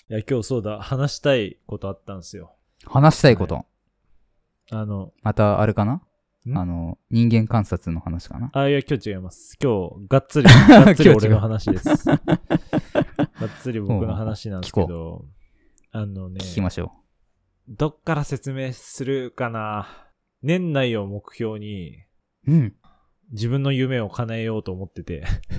いや、今日そうだ、話したいことあったんですよ。 話したいこと。またあれかな？人間観察の話かな？ いや、今日違います。今日、がっつり俺の話です。がっつり僕の話なんですけど、 聞きましょう。どっから説明するかな。年内を目標に、自分の夢を叶えようと思ってて。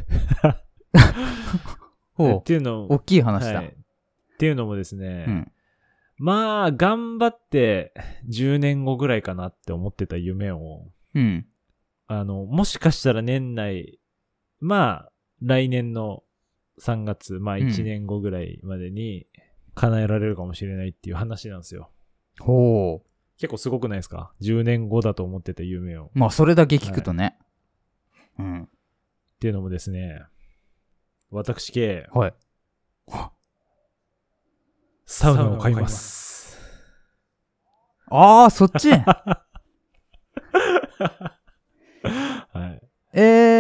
っていうのも、 大きい話だ。 っていうのもですね、まあ、頑張って10年後ぐらいかなって思ってた夢を、もしかしたら年内、まあ、来年の3月、まあ1年後ぐらいまでに叶えられるかもしれないっていう話なんですよ。結構すごくないですか？ 10 年後だと思ってた夢を。 まあ、それだけ聞くとね。 っていうのもですね、私系、サウナを買います。 ああ、そっちはい。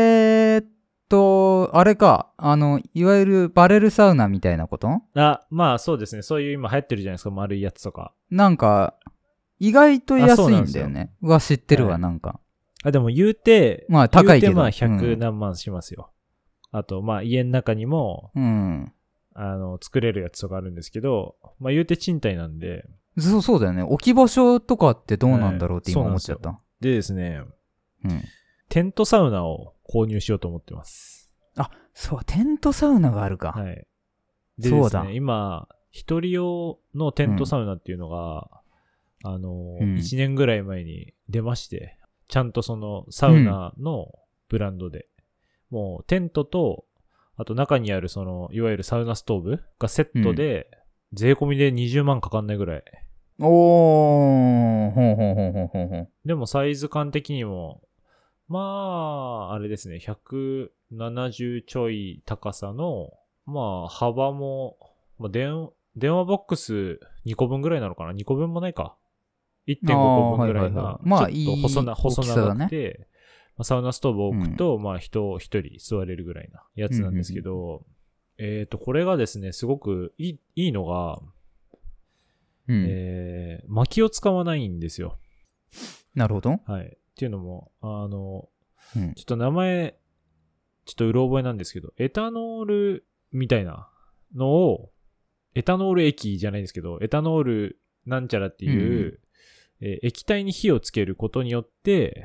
あれか。いわゆるバレルサウナみたいなこと？ まあそうですね。そういう今流行ってるじゃないですか。丸いやつとか。 なんか、意外と安いんだよね。知ってるわ、なんか。 でも言うて、 まあ高いけど。 まあ100何万しますよ。あと、まあ家の中にも、作れるやつとかあるんですけど、まあ言うて賃貸なんで。 そうだよね。置き場所とかってどうなんだろうって今思っちゃった。 でですね、テントサウナを購入しようと思ってます。 そう、テントサウナがあるか。 はい。でですね、今、一人用のテントサウナっていうのが、1年ぐらい前に出まして、ちゃんとそのサウナのブランドで、もうテントと、あと中にあるその、いわゆるサウナストーブがセットで、税込みで20万かかんないぐらい。でもサイズ感的にも、まあ、あれですね、170ちょい高さの、まあ、幅も、まあ、電話ボックス2個分ぐらいなのかな？ 2 個分もないか。1.5 個分ぐらいが、ちょっと細長くて、サウナストーブを置くと、まあ人一人座れるぐらいなやつなんですけど、これがですね、すごくいいのが、薪を使わないんですよ。 なるほど。 はい。っていうのも、ちょっと名前、ちょっとうろ覚えなんですけど、エタノールみたいなのを、エタノール液じゃないんですけど、エタノールなんちゃらっていう、液体に火をつけることによって、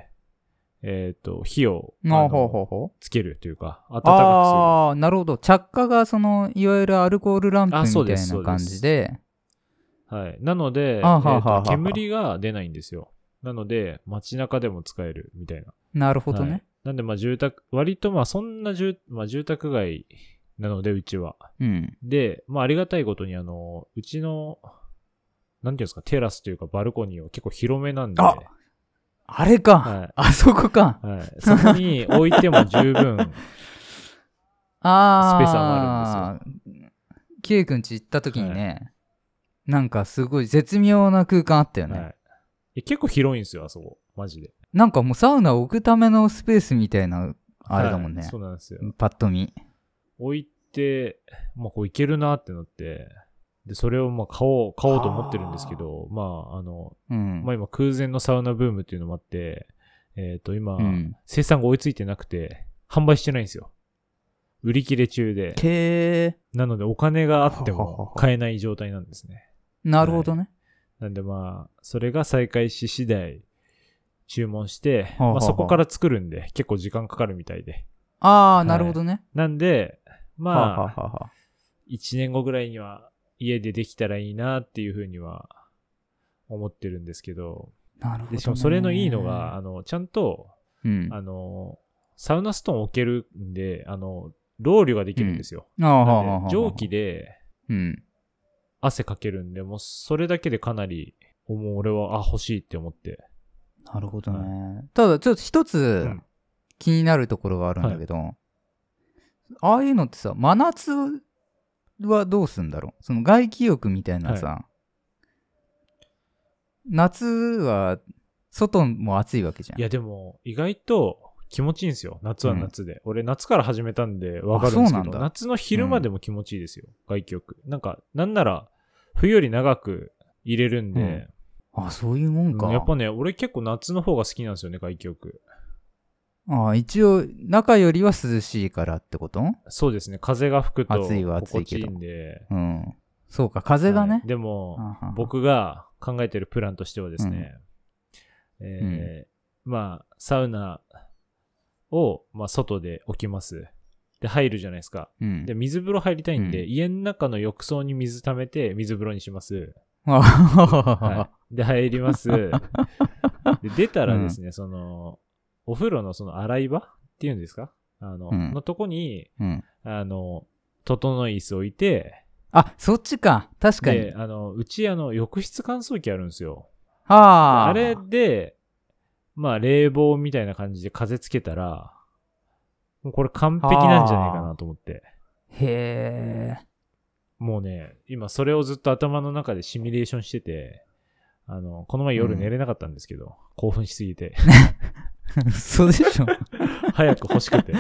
火をつけるというか、暖かくする。 なるほど。着火がいわゆるアルコールランプみたいな感じで。 はい。なので、煙が出ないんですよ。なので、街中でも使えるみたいな。 なるほどね。 なんで、割とそんな住宅街なので、うちは。で、ありがたいことに、うちの、なんていうんですか、テラスというかバルコニーは結構広めなんで。 あれか。あそこか。 はい。そこに置いても十分、スペースはあるんですよ。 K 君家行った時にね、なんかすごい絶妙な空間あったよね。 結構広いんですよ、あそこ。マジで。 なんかもうサウナを置くためのスペースみたいな、あれだもんね。 そうなんですよ。 パッと見。 置いて、こういけるなってなって、で、それを買おうと思ってるんですけど、今空前のサウナブームっていうのもあって、今、生産が追いついてなくて、販売してないんですよ。売り切れ中で。なのでお金があっても買えない状態なんですね。 なるほどね。 なんでそれが再開し次第注文して、そこから作るんで結構時間かかるみたいで。 なるほどね。 なんで、1年後ぐらいには家でできたらいいなっていうふうには思ってるんですけど。 なるほど、ね。 しかもそれのいいのが、ちゃんと、サウナストーン置けるんで、ロウリュができるんですよ。蒸気で、汗かけるんで、もうそれだけでかなり、もう俺は、欲しいって思って。 なるほどね。ただ、ちょっと一つ気になるところがあるんだけど、ああいうのってさ、真夏はどうすんだろう？その外気浴みたいなさ、夏は外も暑いわけじゃん。 いやでも意外と気持ちいいんですよ。夏は夏で。俺夏から始めたんでわかるんですけど、夏の昼間でも気持ちいいですよ。外気浴。なんなら冬より長く入れるんで。 そういうもんか。 やっぱね、俺結構夏の方が好きなんですよね、外気浴。 一応、中よりは涼しいからってこと？ そうですね。風が吹くと暑いは暑心いけど。 地いいんで。 そうか、風がね。 でも、僕が考えてるプランとしてはですね、まあ、サウナを、まあ、外で置きます。で、入るじゃないですか。で、水風呂入りたいんで、家の中の浴槽に水溜めて水風呂にします。で、入ります。で、出たらですね、お風呂の洗い場っていうんですか？のとこに、整い椅子置いて、 そっちか。確かに。 で、うち浴室乾燥機あるんですよ。 あれで、まあ、冷房みたいな感じで風つけたら、もうこれ完璧なんじゃないかなと思って。 へー。 もうね、今それをずっと頭の中でシミュレーションしてて、この前夜寝れなかったんですけど、興奮しすぎて。 そうでしょ。 早く欲しくて。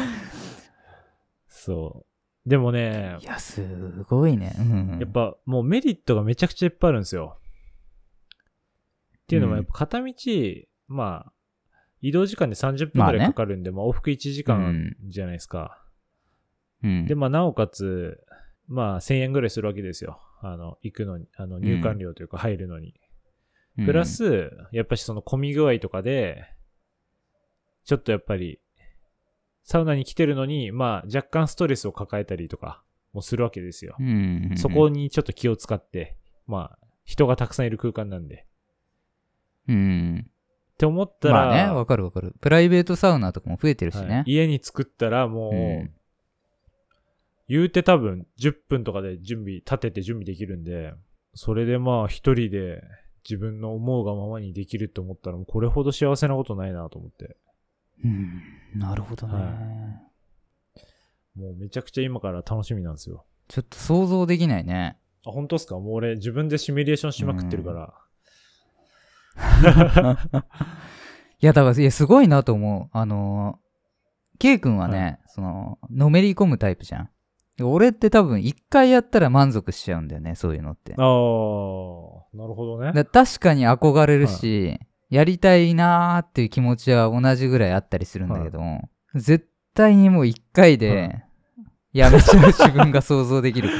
そう。でもね、 いや、すごいね。 やっぱもうメリットがめちゃくちゃいっぱいあるんですよ。っていうのもやっぱ片道、まあ、移動時間で30分くらいかかるんで、まあ往復1時間じゃないですか。で、まあなおかつ、まあ1000円ぐらいするわけですよ。行くのに、入館料というか入るのに。プラス、やっぱし混み具合とかで、ちょっとやっぱり、サウナに来てるのに、まあ若干ストレスを抱えたりとかもするわけですよ。そこにちょっと気を使って、まあ人がたくさんいる空間なんで。って思ったら、 まあね、わかるわかる。プライベートサウナとかも増えてるしね。 家に作ったらもう、言うて多分10分とかで立てて準備できるんで、それでまあ一人で自分の思うがままにできると思ったら、もうこれほど幸せなことないなと思って。 なるほどね、 もうめちゃくちゃ今から楽しみなんですよ。 ちょっと想像できないね。 本当ですか？もう俺自分でシミュレーションしまくってるから。 いや、だから、すごいなと思う。K 君はね、のめり込むタイプじゃん。俺って多分一回やったら満足しちゃうんだよね、そういうのって。 なるほどね。 確かに憧れるし、やりたいなーっていう気持ちは同じぐらいあったりするんだけど、絶対にもう一回でやめちゃう自分が想像できるから。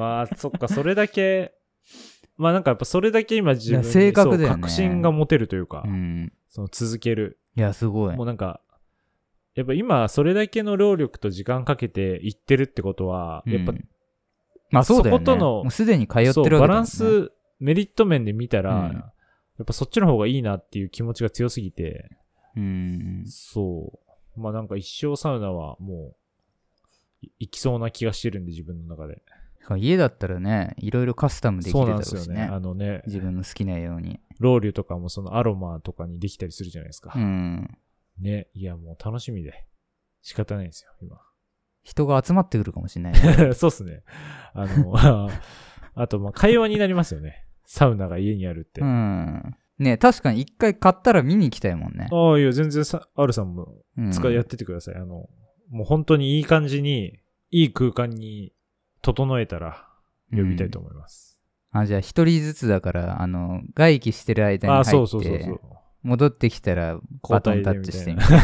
まあ、そっか、それだけ、まあなんかやっぱそれだけ今自分に性格だよね、 確信が持てるというか、続ける。 いや、すごい。 もうなんか、やっぱ今それだけの労力と時間かけて行ってるってことは、やっぱ、 まあそうだよね。 そことの、 もうすでに通ってるわけだもんね。 バランス、メリット面で見たら、やっぱそっちの方がいいなっていう気持ちが強すぎて、そう。まあなんか一生サウナはもう、行きそうな気がしてるんで、自分の中で。 家だったらね、いろいろカスタムできるだろうしね。 そうなんですよね。 自分の好きなように。 ロウリュとかもアロマとかにできたりするじゃないですか。ね。いや、もう楽しみで。仕方ないですよ、今。 人が集まってくるかもしれないね。 そうっすね。あと、まあ、会話になりますよね。サウナが家にあるって。 ね、確かに一回買ったら見に行きたいもんね。 いや、全然Rさんもやっててください。もう本当にいい感じに、いい空間に整えたら呼びたいと思います。 じゃあ一人ずつだから、外気してる間に入って、 そう。 戻ってきたらバトンタッチしてみたい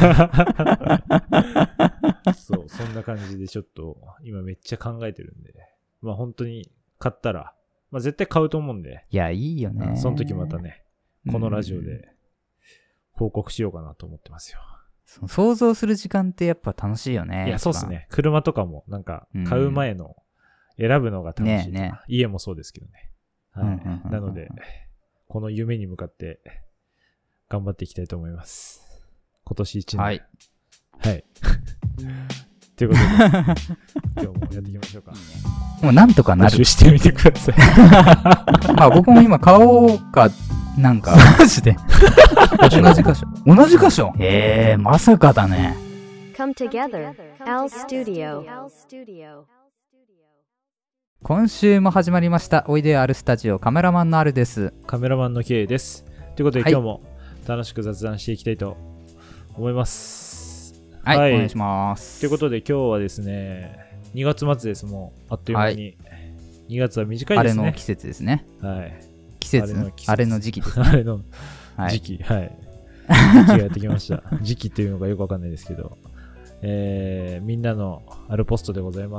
な。そう、そんな感じでちょっと、今めっちゃ考えてるんで。まあ本当に買ったら、まあ絶対買うと思うんで。 いや、いいよね。 その時またね、このラジオで報告しようかなと思ってますよ。 想像する時間ってやっぱ楽しいよね。 いや、そうっすね。車とかもなんか買う前の選ぶのが楽しい。家もそうですけどね。なので、この夢に向かって頑張っていきたいと思います。今年1年。はい。ということで、今日もやっていきましょうか。 もうなんとかなる。 募集してみてください。 まあ僕も今買おうか、なんか。マジで同じ箇所まさかだね。 Come together, Al Studio。 今週も始まりました。おいでよあるスタジオ、カメラマンのあるです。 カメラマンの K です。ということで、今日も楽しく雑談していきたいと思います。 はい、 はいお願いします。 ということで今日はですね、2月末です。もうあっという間に。2月は短いですね。 あれの季節ですね。 はい。 季節あれの時期ですね。 あれのはい時期、はい。時期がやってきました。時期っていうのがよくわかんないですけど、みんなのアルポストでございます。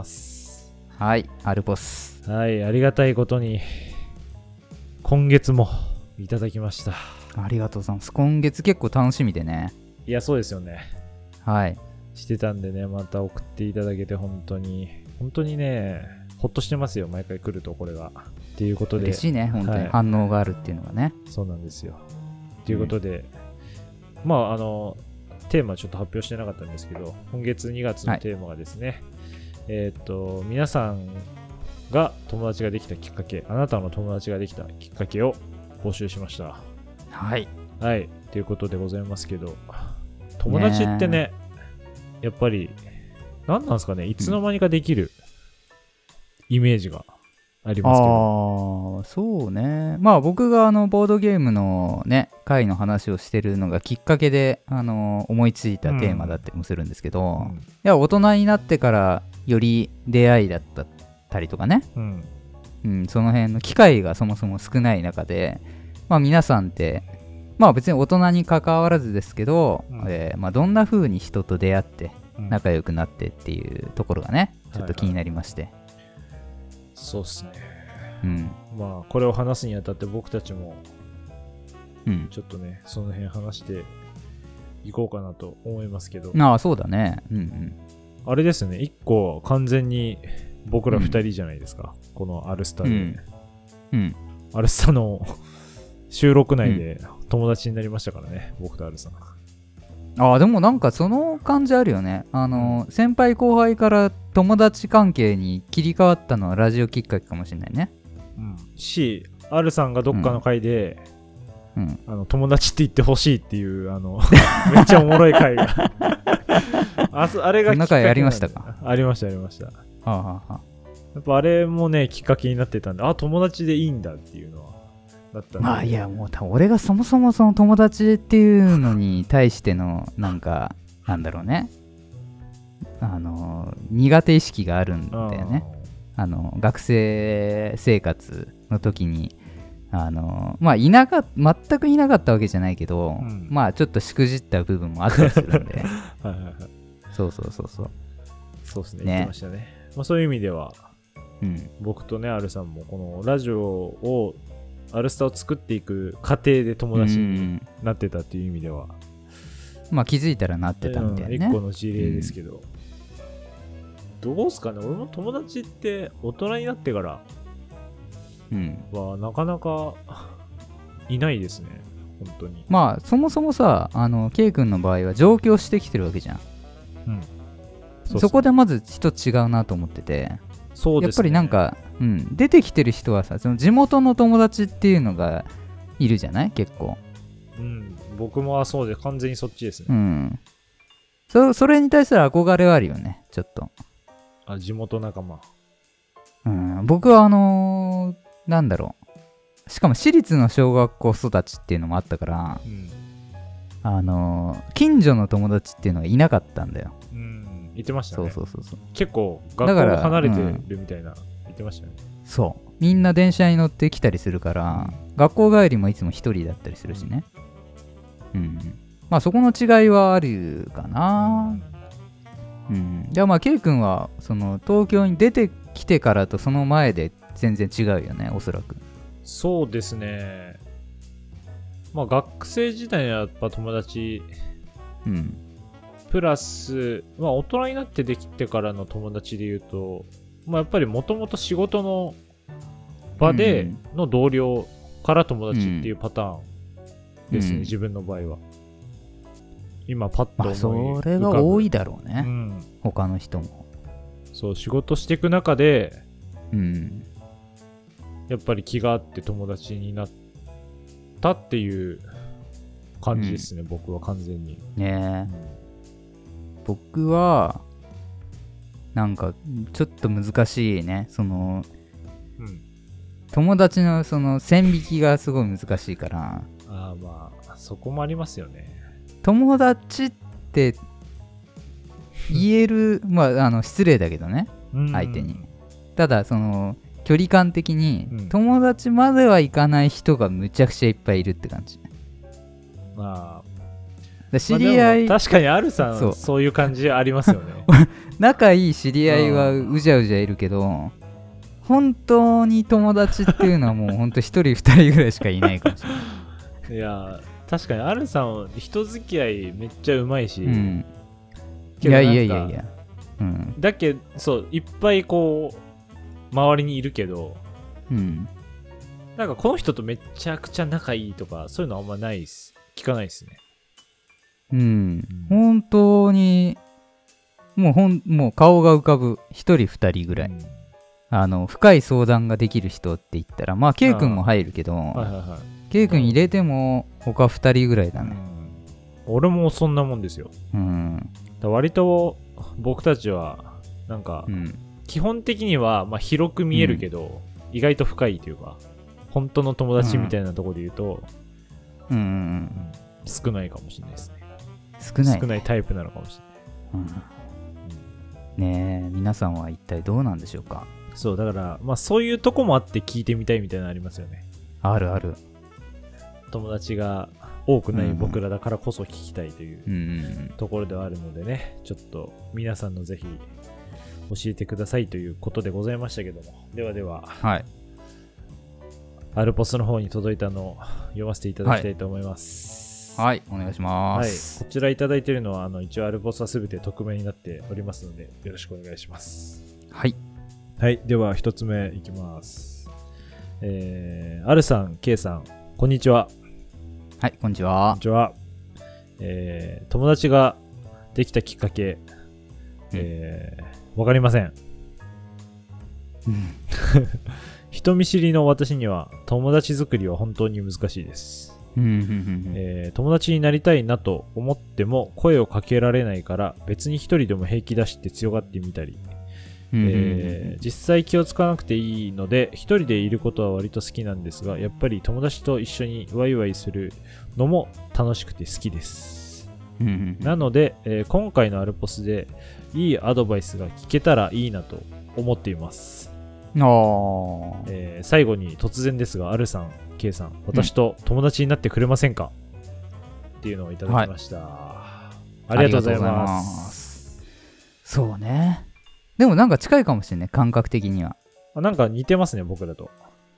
はい、アルポス。 はい、ありがたいことに、今月もいただきました。 ありがとうございます。今月結構楽しみでね。 いや、そうですよね。 はい。 してたんでね、また送っていただけて本当にね、ほっとしてますよ、毎回来るとこれが。っていうことで。 嬉しいね、本当に、 はい反応があるっていうのがね。 そうなんですよ。ということで、まあ、テーマちょっと発表してなかったんですけど、今月2月のテーマがですね、皆さんが友達ができたきっかけ、あなたの友達ができたきっかけを募集しました。 はい。 はい、ということでございますけど、友達ってね、やっぱり、何なんですかね、いつの間にかできるイメージがありますけど。 ああ、そうね。まあ僕がボードゲームのね、会の話をしてるのがきっかけで、思いついたテーマだったりもするんですけど、いや、大人になってからより出会いだったりとかね、その辺の機会がそもそも少ない中で、まあ皆さんって、まあ別に大人に関わらずですけど、まあどんな風に人と出会って仲良くなってっていうところがね、ちょっと気になりまして。 そうっすね。 まあこれを話すにあたって僕たちもちょっとね、その辺話していこうかなと思いますけど。 ああ、そうだね。 あれですね、1個完全に僕ら2人じゃないですか、このアルスタで。アルスタの収録内で友達になりましたからね、僕とアルさん。 ああ、でもなんかその感じあるよね。先輩後輩から友達関係に切り替わったのはラジオきっかけかもしれないね。 アルさんがどっかの回で、友達って言ってほしいっていうめっちゃおもろい回があれがきっかけ。 仲ありましたか？ ありましたありました。 はあはあ、 やっぱあれもねきっかけになってたんで、友達でいいんだっていうのはだったんで。 まあいや、もう俺がそもそもその友達っていうのに対してのなんかなんだろうね、苦手意識があるんだよね。学生生活の時にまあ全くいなかったわけじゃないけど、まあちょっとしくじった部分もあったりするんでそうですね、言ってましたね。まあ、そういう意味では、僕とねアルさんもこのラジオをアルスタを作っていく過程で友達になってたっていう意味では、 まあ気づいたらなってたみたいなね、 一個の事例ですけど、どうすかね。俺も友達って大人になってからはなかなかいないですね、本当に。 まあそもそもさ、K 君の場合は上京してきてるわけじゃん。そこでまず一つ違うなと思ってて、 そうですね、 やっぱりなんか、出てきてる人はさ、その地元の友達っていうのがいるじゃない、結構。 僕もそうで完全にそっちですね。 それに対する憧れはあるよね、ちょっと。 地元仲間。 僕はなんだろう、しかも私立の小学校育ちっていうのもあったから、近所の友達っていうのがいなかったんだよ。 言ってましたね。 そう結構学校が離れてるみたいな言ってましたよね。 そう、みんな電車に乗ってきたりするから、学校帰りもいつも一人だったりするしね。まあそこの違いはあるかな。でもまあ K 君はその東京に出てきてからとその前で全然違うよね、おそらく。 そうですね。まあ学生時代はやっぱ友達、プラス、まあ大人になってできてからの友達で言うと、まあやっぱりもともと仕事の場での同僚から友達っていうパターンですね、自分の場合は。今パッと思い浮かぶ。 それが多いだろうね、他の人も。 そう、仕事していく中で、やっぱり気があって友達になったっていう感じですね、僕は完全に。 ねえ、僕はなんかちょっと難しいね、その、友達のその線引きがすごい難しいから。 まあそこもありますよね。 友達って言えるまあ失礼だけどね、相手に。ただその距離感的に友達まではいかない人がむちゃくちゃいっぱいいるって感じ。 まあ、知り合い、 確かにあるさんそういう感じありますよね。 仲いい知り合いはうじゃうじゃいるけど、本当に友達っていうのはもう本当一人二人ぐらいしかいないかもしれない。 いや確かにあるさん人付き合いめっちゃうまいし、 いやいやいやいや、 だけどそういっぱいこう周りにいるけど、なんかこの人とめちゃくちゃ仲いいとかそういうのあんまないっす。聞かないっすね。 本当にもう顔が浮かぶ一人二人ぐらい、深い相談ができる人って言ったらまあ K 君も入るけど、K 君入れても他二人ぐらいだね。 俺もそんなもんですよ。だ割と僕たちはなんか、基本的にはまあ広く見えるけど、意外と深いというか本当の友達みたいなところで言うと、少ないかもしれないですね。少ないタイプなのかもしれない。 ねえ、皆さんは一体どうなんでしょうか。 そうだからまあそういうとこもあって聞いてみたいみたいなのありますよね。 あるある。 友達が多くない僕らだからこそ聞きたいというところではあるのでね、ちょっと皆さんのぜひ教えてくださいということでございましたけども、では、アルポスの方に届いたのを読ませていただきたいと思います。 はい、お願いします。 こちらいただいているのは一応アルポスはすべて匿名になっておりますのでよろしくお願いします。はい、では一つ目いきます。アルさん、K さん、こんにちは。 はい、こんにちは。 こんにちは。友達ができたきっかけ、わかりません。人見知りの私には友達作りは本当に難しいです。友達になりたいなと思っても声をかけられないから別に一人でも平気出して強がってみたり、実際気をつかなくていいので一人でいることは割と好きなんですが、やっぱり友達と一緒にワイワイするのも楽しくて好きです。なので、今回のアルポスでいいアドバイスが聞けたらいいなと思っています。最後に突然ですが、アルさん、K さん、私と友達になってくれませんか、っていうのをいただきました。ありがとうございます。 そうね。でもなんか近いかもしれない、感覚的には。 なんか似てますね、僕だと。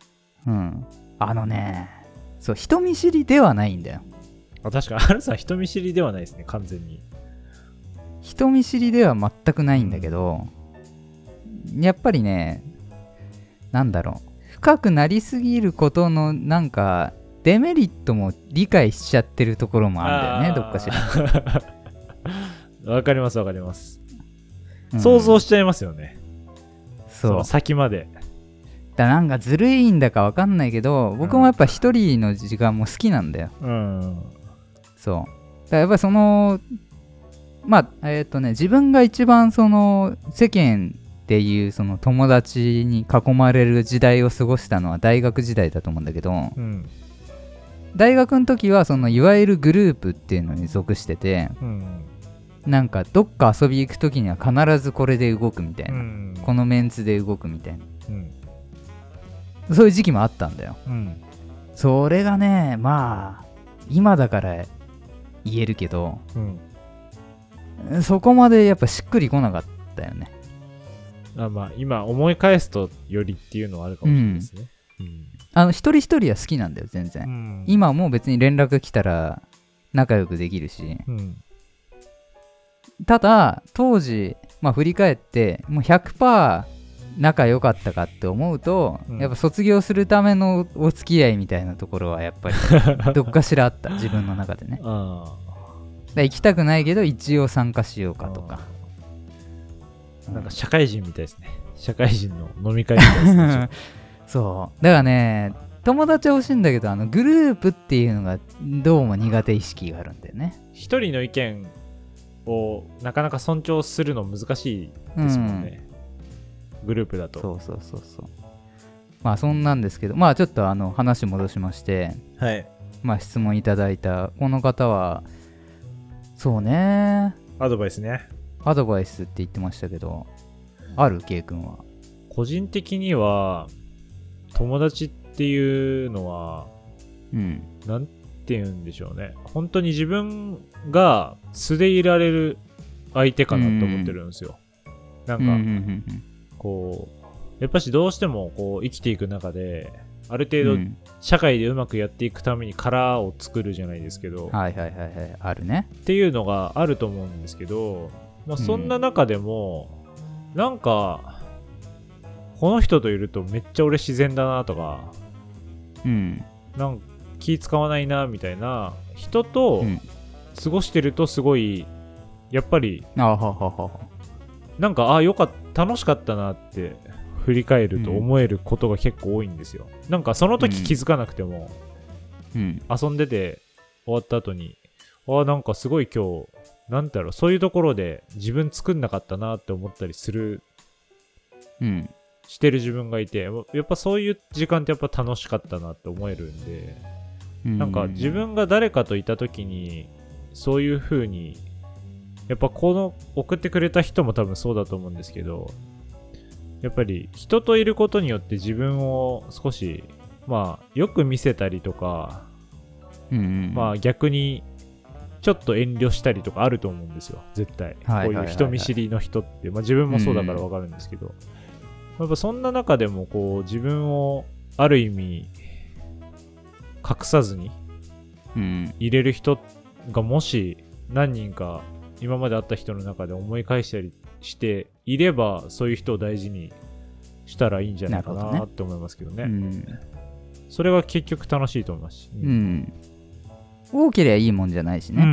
そう、人見知りではないんだよ。 確かに、アルさん人見知りではないですね、完全に。 人見知りでは全くないんだけど、やっぱりね、なんだろう、深くなりすぎることのなんかデメリットも理解しちゃってるところもあるんだよね、どっかしら。わかりますわかります、想像しちゃいますよね。そう先までなんかずるいんだかわかんないけど、僕もやっぱ一人の時間も好きなんだよ。そうだからやっぱりその自分が一番その世間っていうその友達に囲まれる時代を過ごしたのは大学時代だと思うんだけど、大学の時はそのいわゆるグループっていうのに属してて、なんかどっか遊び行く時には必ずこれで動くみたいな、このメンツで動くみたいな、そういう時期もあったんだよ。それがね、まあ今だから言えるけど、そこまでやっぱしっくりこなかったよね。 今思い返すとよりっていうのはあるかもしれないですね。 一人一人は好きなんだよ全然、今も別に連絡来たら仲良くできるし、ただ当時、振り返ってもう 100% 仲良かったかって思うと、やっぱ卒業するためのお付き合いみたいなところはやっぱりどっかしらあった自分の中でね。行きたくないけど一応参加しようかとか、 なんか社会人みたいですね。社会人の飲み会みたいですね。 そうだからね、友達は欲しいんだけどグループっていうのがどうも苦手意識があるんだよね。一人の意見をなかなか尊重するの難しいですもんね、グループだと。そうそんなんですけど、ちょっと話戻しまして、質問いただいたこの方はそうね、 アドバイスね。 アドバイスって言ってましたけど、ある K 君は。 個人的には友達っていうのは、なんて言うんでしょうね。本当に自分が素でいられる相手かなと思ってるんですよ。なんか、こう、やっぱしどうしてもこう生きていく中で、ある程度社会でうまくやっていくために殻を作るじゃないですけど、 あるね。 っていうのがあると思うんですけど、まあ、そんな中でも、なんか、この人といるとめっちゃ俺自然だなとか、なんか気使わないなみたいな人と過ごしてるとすごい、やっぱり、なんか、よかった、楽しかったなって振り返ると思えることが結構多いんですよ。なんかその時気づかなくても、遊んでて終わった後に、なんかすごい今日、なんだろう、そういうところで自分作んなかったなって思ったりする、してる自分がいて、やっぱそういう時間ってやっぱ楽しかったなって思えるんで、なんか自分が誰かといた時に、そういう風に、やっぱこの送ってくれた人も多分そうだと思うんですけど、やっぱり人といることによって自分を少し、まあよく見せたりとか、まあ逆にちょっと遠慮したりとかあると思うんですよ、絶対。こういう人見知りの人って、まあ自分もそうだからわかるんですけど、やっぱそんな中でもこう自分をある意味隠さずに入れる人がもし何人か今まで会った人の中で思い返したりしていれば、そういう人を大事にしたらいいんじゃないかなって思いますけどね。それは結局楽しいと思いますし、 多ければいいもんじゃないしね。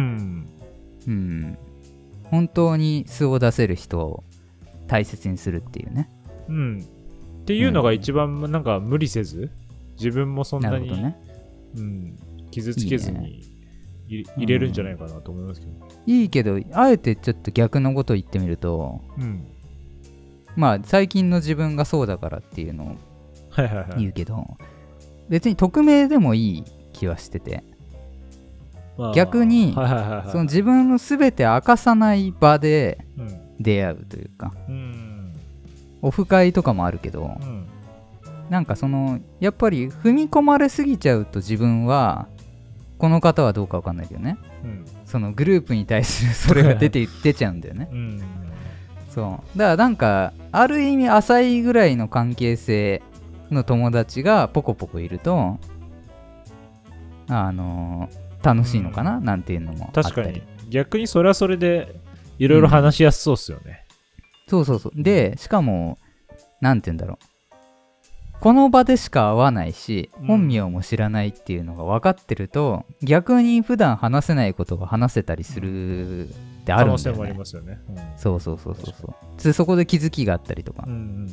本当に素を出せる人を大切にするっていうね。 っていうのが一番なんか無理せず、自分もそんなに傷つけずに入れるんじゃないかなと思いますけど。 いいけど、あえてちょっと逆のことを言ってみると、まあ最近の自分がそうだからっていうのを言うけど、別に匿名でもいい気はしてて、逆にその自分の全て明かさない場で出会うというか、オフ会とかもあるけど、なんかそのやっぱり踏み込まれすぎちゃうと、自分はこの方はどうか分かんないけどね、そのグループに対するそれが出ちゃうんだよね。そうだからなんかある意味浅いぐらいの関係性の友達がポコポコいると楽しいのかな、なんていうのもあったり。 確かに逆にそれはそれでいろいろ話しやすそうっすよね。 そうで、しかもなんていうんだろう、この場でしか会わないし、本名も知らないっていうのが分かってると、逆に普段話せないことが話せたりするってあるんだよね。可能性もありますよね。そうそこで気づきがあったりとか。だ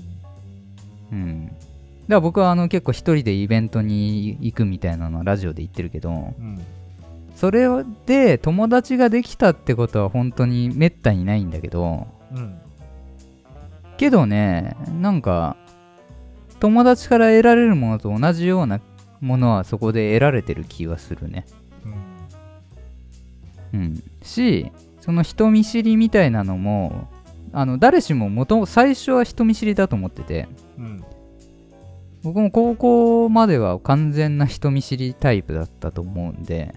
から僕は結構一人でイベントに行くみたいなのはラジオで言ってるけど、それで友達ができたってことは本当にめったにないんだけど、けどね、なんか友達から得られるものと同じようなものはそこで得られてる気はするね。し、その人見知りみたいなのも誰しも最初は人見知りだと思ってて、僕も高校までは完全な人見知りタイプだったと思うんで、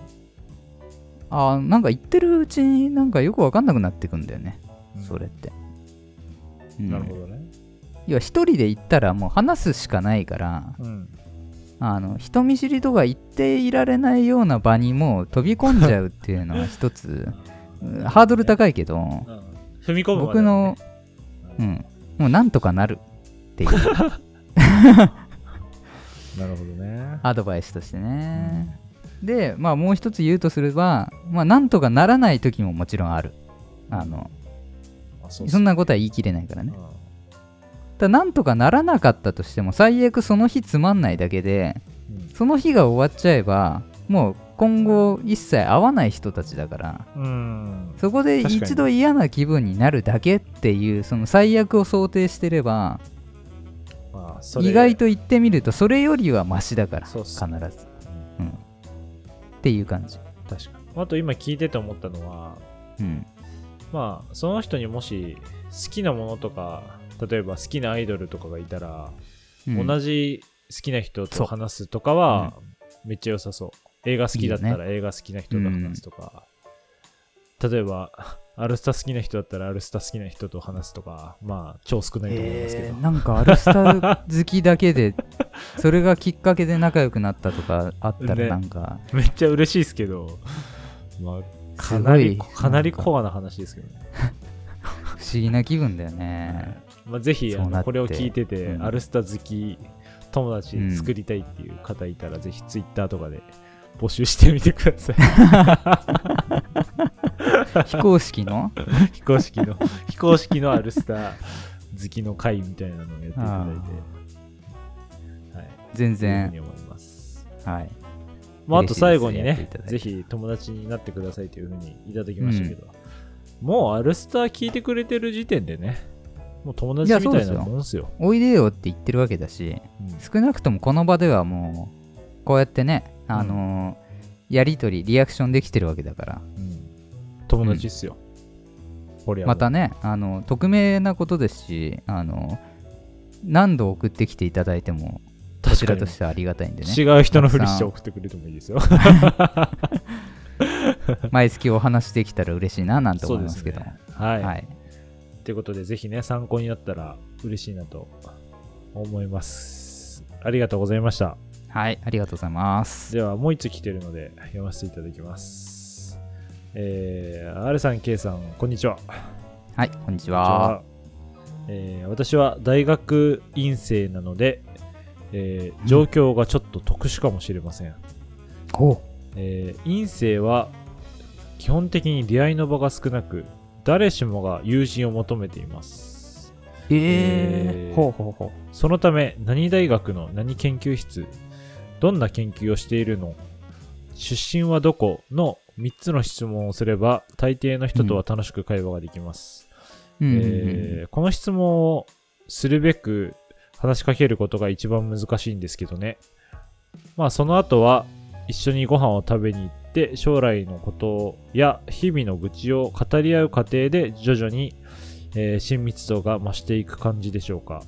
なんか言ってるうちになんかよく分かんなくなってくんだよね、それって。 なるほどね。 要は一人で行ったらもう話すしかないから、人見知りとか言っていられないような場にもう飛び込んじゃうっていうのは一つハードル高いけど、 踏み込むまで、 僕の、もうなんとかなるっていうなるほどね。 アドバイスとしてね。で、まあもう一つ言うとすれば、まあなんとかならない時ももちろんある。そんなことは言い切れないからね。ただなんとかならなかったとしても、最悪その日つまんないだけで、その日が終わっちゃえば、もう今後一切会わない人たちだから、そこで一度嫌な気分になるだけっていう、その最悪を想定してれば、意外と言ってみるとそれよりはマシだから、必ず、っていう感じ。 確かに。あと今聞いてて思ったのは、 まあその人にもし好きなものとか、例えば好きなアイドルとかがいたら、同じ好きな人と話すとかはめっちゃ良さそう。映画好きだったら映画好きな人と話すとか、例えばアルスタ好きな人だったらアルスタ好きな人と話すとか、まあ超少ないと思いますけど、 なんかアルスタ好きだけでそれがきっかけで仲良くなったとかあったらなんか、 ね、めっちゃ嬉しいですけど、まあかなりコアな話ですけどね。 不思議な気分だよね。 まあ、ぜひこれを聞いてて、アルスタ好き友達作りたいっていう方いたら、ぜひツイッターとかで募集してみてください。 非公式の非公式のアルスタ好きの会みたいなのをやっていただいて、はい、 全然というふうに思います。 はい。 まあ、あと最後にね、ぜひ友達になってくださいというふうにいただきましたけど、もうアルスタ聞いてくれてる時点でね、もう友達みたいなもんですよ。 おいでよって言ってるわけだし、少なくともこの場ではもうこうやってね、やりとりリアクションできてるわけだから、 友達っすよ。 またね、匿名なことですし、何度送ってきていただいてもこちらとしてはありがたいんでね。 違う人のふりして送ってくれてもいいですよ。 毎月お話できたら嬉しいななんて思いますけども。 はい。ということで、ぜひね、参考になったら嬉しいなと思います。ありがとうございました。 はい、ありがとうございます。 では、もう一つ来てるので、読ませていただきます。R さん、K さん、こんにちは。 はい、こんにちは。 私は大学院生なので、状況がちょっと特殊かもしれません。院生は基本的に出会いの場が少なく、誰しもが友人を求めています。そのため、何大学の何研究室、どんな研究をしているの、出身はどこの3つの質問をすれば、大抵の人とは楽しく会話ができます。この質問をするべく話しかけることが一番難しいんですけどね。まあその後は一緒にご飯を食べに行って将来のことや日々の愚痴を語り合う過程で徐々に、親密度が増していく感じでしょうか。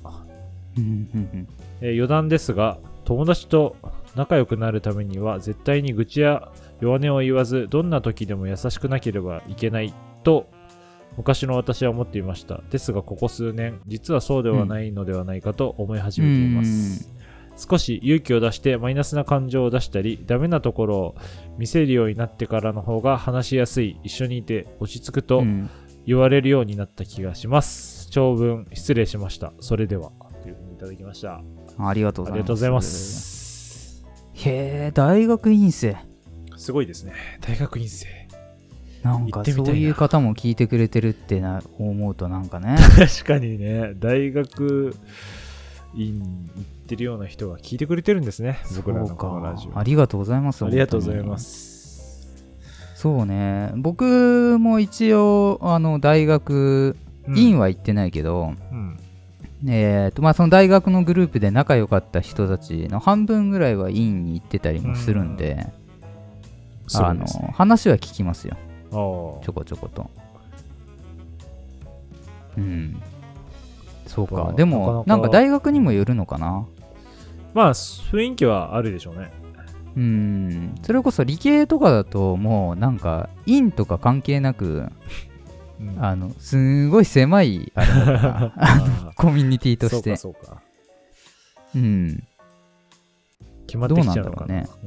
余談ですが、友達と仲良くなるためには絶対に愚痴や弱音を言わず、どんな時でも優しくなければいけないと昔の私は思っていました。ですがここ数年、実はそうではないのではないかと思い始めています。少し勇気を出してマイナスな感情を出したり、ダメなところを見せるようになってからの方が話しやすい、一緒にいて落ち着くと言われるようになった気がします。長文失礼しました。それでは。というふうにいただきました。 ありがとうございます。 ありがとうございます。 へえ、大学院生。 すごいですね。大学院生。 なんかそういう方も聞いてくれてるって思うとなんかね。 確かにね、大学院行ってるような人が聞いてくれてるんですね。僕らのこのラジオ。 ありがとうございます。 ありがとうございます。 そうね、僕も一応大学院は行ってないけど、まあその大学のグループで仲良かった人たちの半分ぐらいは院に行ってたりもするんで、話は聞きますよ。ちょこちょこと。そうか。でもなんか大学にもよるのかな。 まあ雰囲気はあるでしょうね。 それこそ理系とかだともうなんか院とか関係なく、すごい狭いあれだからコミュニティとして。 そうか。 決まってきちゃうのかね。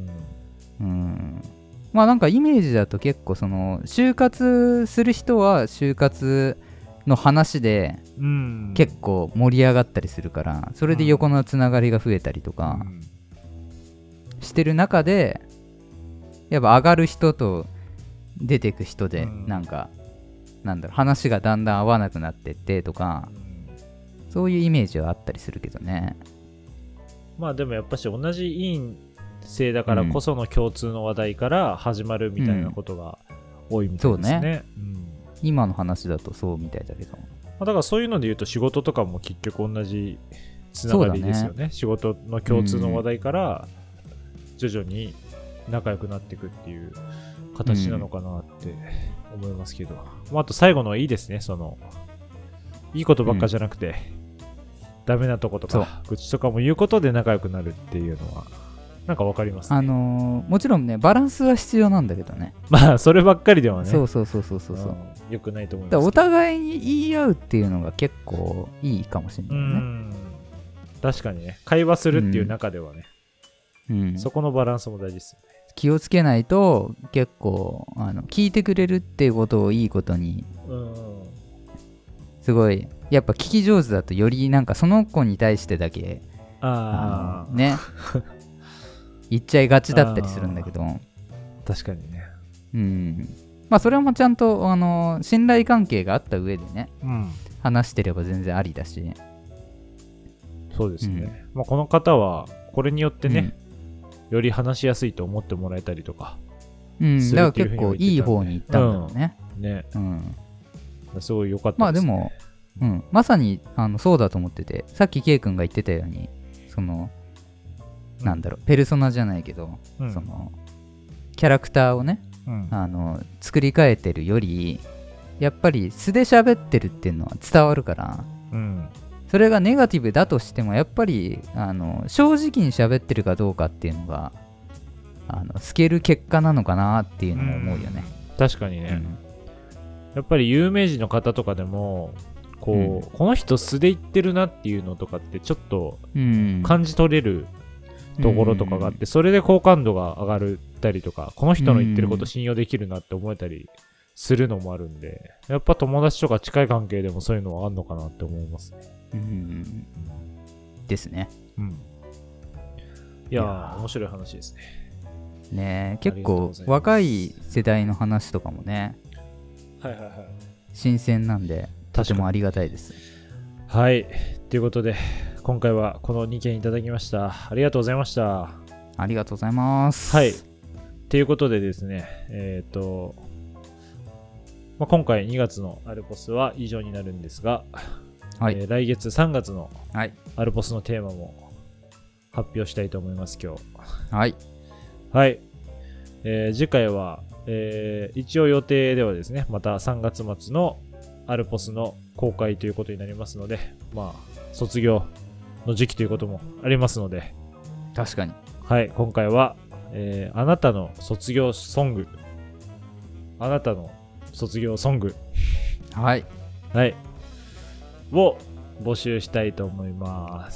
まあなんかイメージだと結構その就活する人は就活の話で結構盛り上がったりするから、それで横のつながりが増えたりとかしてる中で、やっぱ上がる人と出てく人でなんかなんだろう、話がだんだん合わなくなってってとか、そういうイメージはあったりするけどね。 まあでもやっぱし同じ院生だからこその共通の話題から始まるみたいなことが多いみたいですね。そうね。 今の話だとそうみたいだけど、 だからそういうので言うと仕事とかも結局同じつながりですよね。仕事の共通の話題から徐々に仲良くなっていくっていう形なのかなって思いますけど、あと最後のいいですね。いいことばっかじゃなくて、ダメなとことか愚痴とかも言うことで仲良くなるっていうのはなんかわかりますね。 もちろんねバランスは必要なんだけどね。 まあそればっかりではね。 そう、 よくないと思います。 だからお互いに言い合うっていうのが結構いいかもしれないね。 確かにね、会話するっていう中ではね、そこのバランスも大事ですよね。 気をつけないと結構聞いてくれるっていうことをいいことに、すごいやっぱ聞き上手だとよりなんかその子に対してだけね言っちゃいがちだったりするんだけど、 確かにね。 まあそれもちゃんと信頼関係があった上でね、話してれば全然ありだし。 そうですね。まあこの方はこれによってね、より話しやすいと思ってもらえたりとか、 だから結構いい方に行ったんだろうね。 すごい良かったですね。 まあでも、まさにそうだと思ってて、さっき K 君が言ってたように、なんだろう、ペルソナじゃないけど、キャラクターをね、作り変えてるより、やっぱり素で喋ってるっていうのは伝わるから、それがネガティブだとしてもやっぱり正直に喋ってるかどうかっていうのが透ける結果なのかなっていうのも思うよね。 確かにね、やっぱり有名人の方とかでもこの人素で言ってるなっていうのとかってちょっと感じ取れるところとかがあって、それで好感度が上がったりとか、この人の言ってること信用できるなって思えたりするのもあるんで、やっぱ友達とか近い関係でもそういうのはあんのかなって思いますね。 ですね。 いやー面白い話ですね。 ね、結構若い世代の話とかもね、新鮮なんでとてもありがたいです。 はい、ということで今回はこの2件いただきました。ありがとうございました。 ありがとうございます。 はい、ということでですね、今回2月のアルポスは以上になるんですが、来月3月のアルポスのテーマも発表したいと思います。今日次回は、一応予定ではですね、また3月末のアルポスの公開ということになりますので、まあ卒業の時期ということもありますので、 確かに今回は、あなたの卒業ソングを募集したいと思います。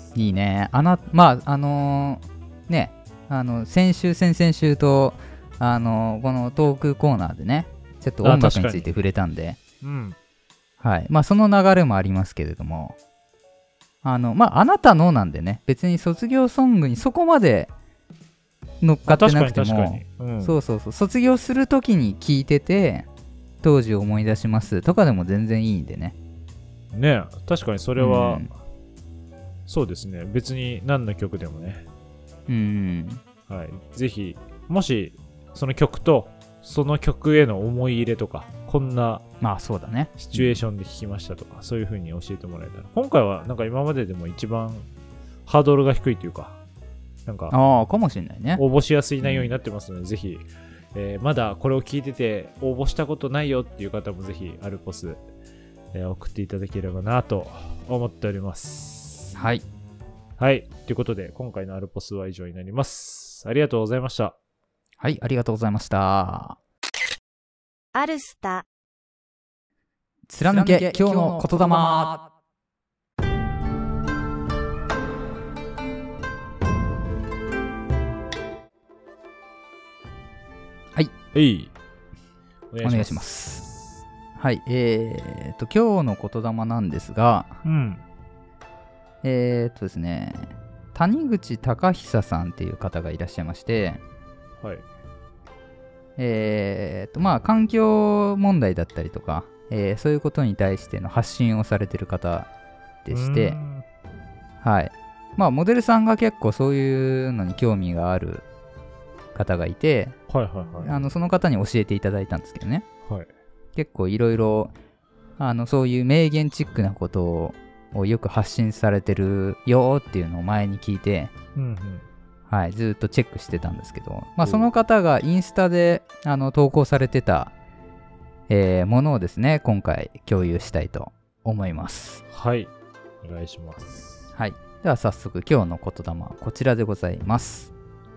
いいね。先週先々週とこのトークコーナーでね、ちょっと音楽について触れたんで、その流れもありますけれども、あなたのなんでね、別に卒業ソングにそこまで乗っかってなくても、卒業するときに聴いてて当時を思い出しますとかでも全然いいんでね。 確かにそれは、そうですね。別に何の曲でもね、ぜひもしその曲とその曲への思い入れとか、こんなそうだね、 シチュエーションで聴きましたとか、そういう風に教えてもらえたら、今回はなんか今まででも一番ハードルが低いというか、なんかかもしれないね。 応募しやすい内容になってますので、ぜひ、まだこれを聞いてて応募したことないよっていう方もぜひアルポス、送っていただければなと思っております。ということで今回のアルポスは以上になります。ありがとうございました。 ありがとうございました。 アルスタ貫け今日の言霊。お願いします。今日の言霊なんですが、ですね、谷口隆久さんっていう方がいらっしゃいまして、環境問題だったりとか、そういうことに対しての発信をされてる方でして、モデルさんが結構そういうのに興味がある方がいて、その方に教えていただいたんですけどね、結構いろいろそういう名言チックなことをよく発信されてるよっていうのを前に聞いて、 はい、ずっとチェックしてたんですけど、まあ、その方がインスタで投稿されてた、ものをですね、今回共有したいと思います。 はい、お願いします。 はい、では早速今日の言霊はこちらでございます。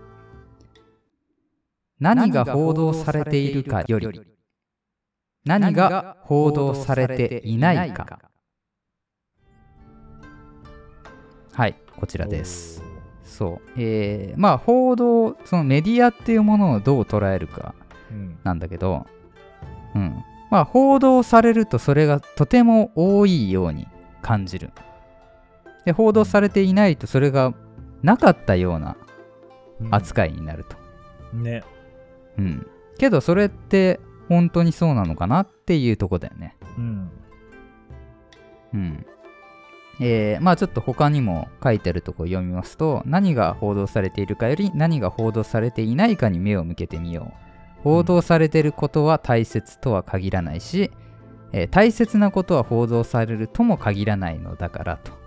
何が報道されているかより、何が報道されていないか。はい、こちらです。そう、まあ報道、そのメディアっていうものをどう捉えるかなんだけど、まあ報道されるとそれがとても多いように感じる。で、報道されていないとそれがなかったような扱いになると。 ね。 けどそれって本当にそうなのかなっていうとこだよね。まあちょっと他にも書いてあるところ読みますと、何が報道されているかより何が報道されていないかに目を向けてみよう。報道されていることは大切とは限らないし、大切なことは報道されるとも限らないのだからと。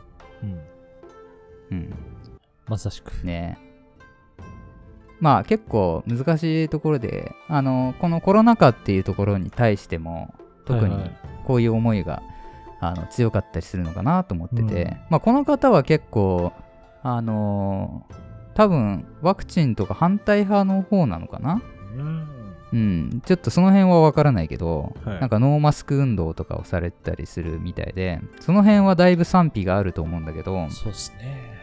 まさしく。 ね。まあ結構難しいところで、このコロナ禍っていうところに対しても特にこういう思いが強かったりするのかなと思ってて、まあこの方は結構多分ワクチンとか反対派の方なのかな。ちょっとその辺は分からないけど、なんかノーマスク運動とかをされたりするみたいで、その辺はだいぶ賛否があると思うんだけど、 そうですね。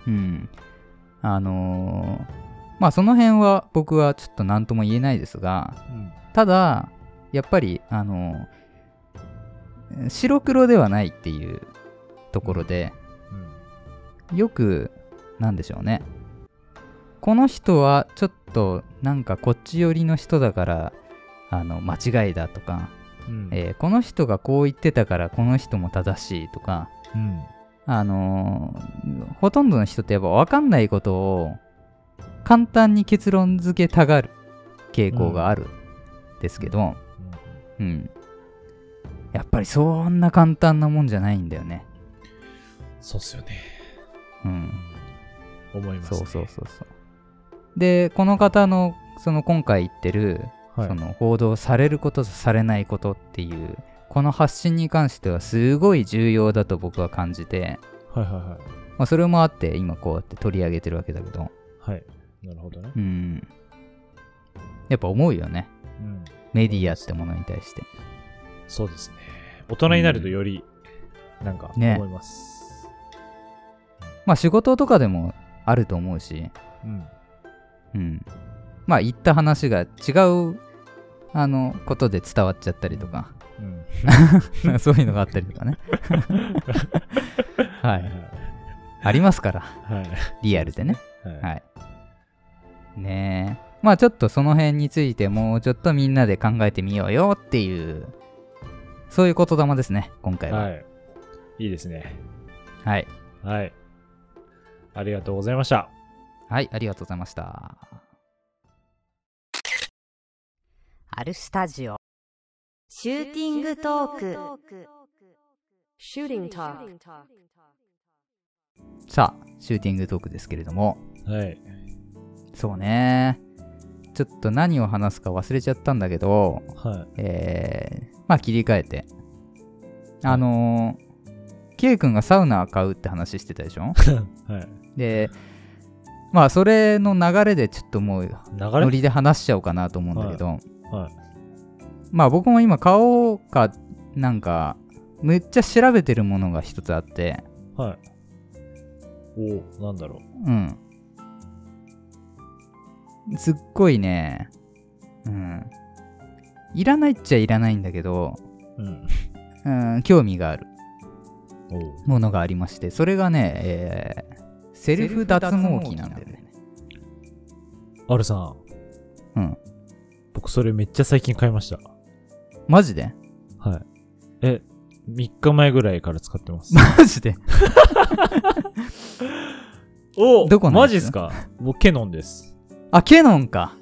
まあその辺は僕はちょっと何とも言えないですが、ただやっぱり白黒ではないっていうところで、よくなんでしょうね、この人はちょっとなんかこっち寄りの人だから間違いだとか、この人がこう言ってたからこの人も正しいとか、ほとんどの人ってやっぱ分かんないことを簡単に結論付けたがる傾向があるんですけど、やっぱりそんな簡単なもんじゃないんだよね。 そうっすよね。思いますね。 そう。で、この方のその今回言ってる、その報道されることとされないことっていうこの発信に関してはすごい重要だと僕は感じて、まあ、それもあって今こうやって取り上げてるわけだけど、 なるほどね。 やっぱ思うよね、メディアってものに対して。 そうですね。大人になるとよりなんか思います。 まあ仕事とかでもあると思うし、まあ言った話が違うことで伝わっちゃったりとか、そういうのがあったりとかねありますから、リアルでね。ねえ、まあちょっとその辺についてもうちょっとみんなで考えてみようよっていうそういう言霊ですね今回は。 いいですね。 はい。 ありがとうございました。 はい、ありがとうございました。 アルスタジオシューティングトーク。 さあ、シューティングトークですけれども、そうね、ちょっと何を話すか忘れちゃったんだけど、まあ切り替えて、K 君がサウナ買うって話してたでしょで、まあそれの流れでちょっともうノリで話しちゃおうかなと思うんだけど、まあ僕も今買おうかなんかめっちゃ調べてるものが一つあって、 なんだろう。すっごいね、いらないっちゃいらないんだけど、興味があるものがありまして、それがね、セルフ脱毛器なんだよね。 あるさん。僕それめっちゃ最近買いました。 マジで ？3日前ぐらいから使ってます。 マジでどこマジっすか？僕ケノンです。 ケノンか。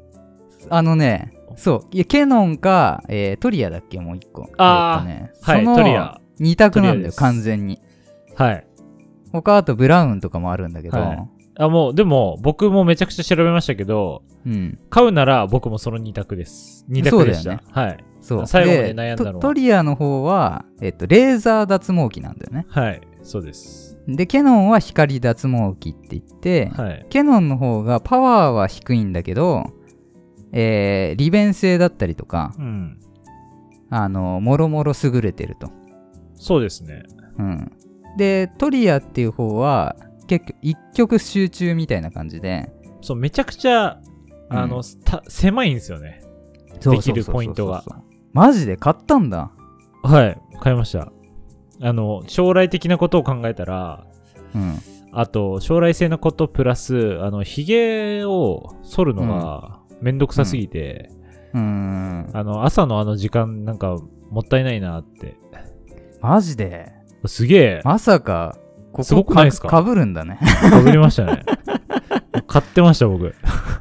そう。いや、ケノンか、トリアだっけもう一個。 トリア。 2択なんだよ、完全に。他あとブラウンとかもあるんだけど。 もう、でも、僕もめちゃくちゃ調べましたけど、 うん。 買うなら僕もその2択です。2択でした。 そうだよねはい。 そう。 最後までで悩んだのはトリアの方は、レーザー脱毛器なんだよね。 はい。そうです。 で、キヤノンは光脱毛器って言って、 はい。 キヤノンの方がパワーは低いんだけど、利便性だったりとか、 うん。 もろもろ優れてると。 そうですね。 うん。で、トリアっていう方は、結構一極集中みたいな感じで、 そう、めちゃくちゃ、狭いんですよね。できるポイントが。 マジで買ったんだ。 はい。買いました。将来的なことを考えたら、 うん。 あと、将来性なことプラス、髭を剃るのがめんどくさすぎて、朝の時間なんかもったいないなって。 マジですげえ。 まさか、こすごこくないですか？ かぶるんだね。 かぶりましたね。買ってました、僕。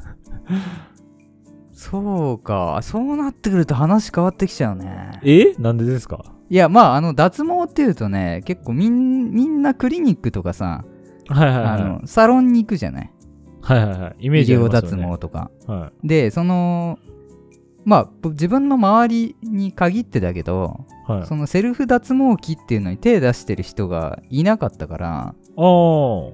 そうか。そうなってくると話変わってきちゃうね。 なんでですか？ いや、まあ、脱毛っていうとね、結構みんなクリニックとかさ、 はいはいはい。 サロンに行くじゃない。 はいはいはい。イメージありますよね。 医療脱毛とか。 はい、 で、まあ、自分の周りに限ってだけど、 はい、 そのセルフ脱毛器っていうのに手出してる人がいなかったから、そう、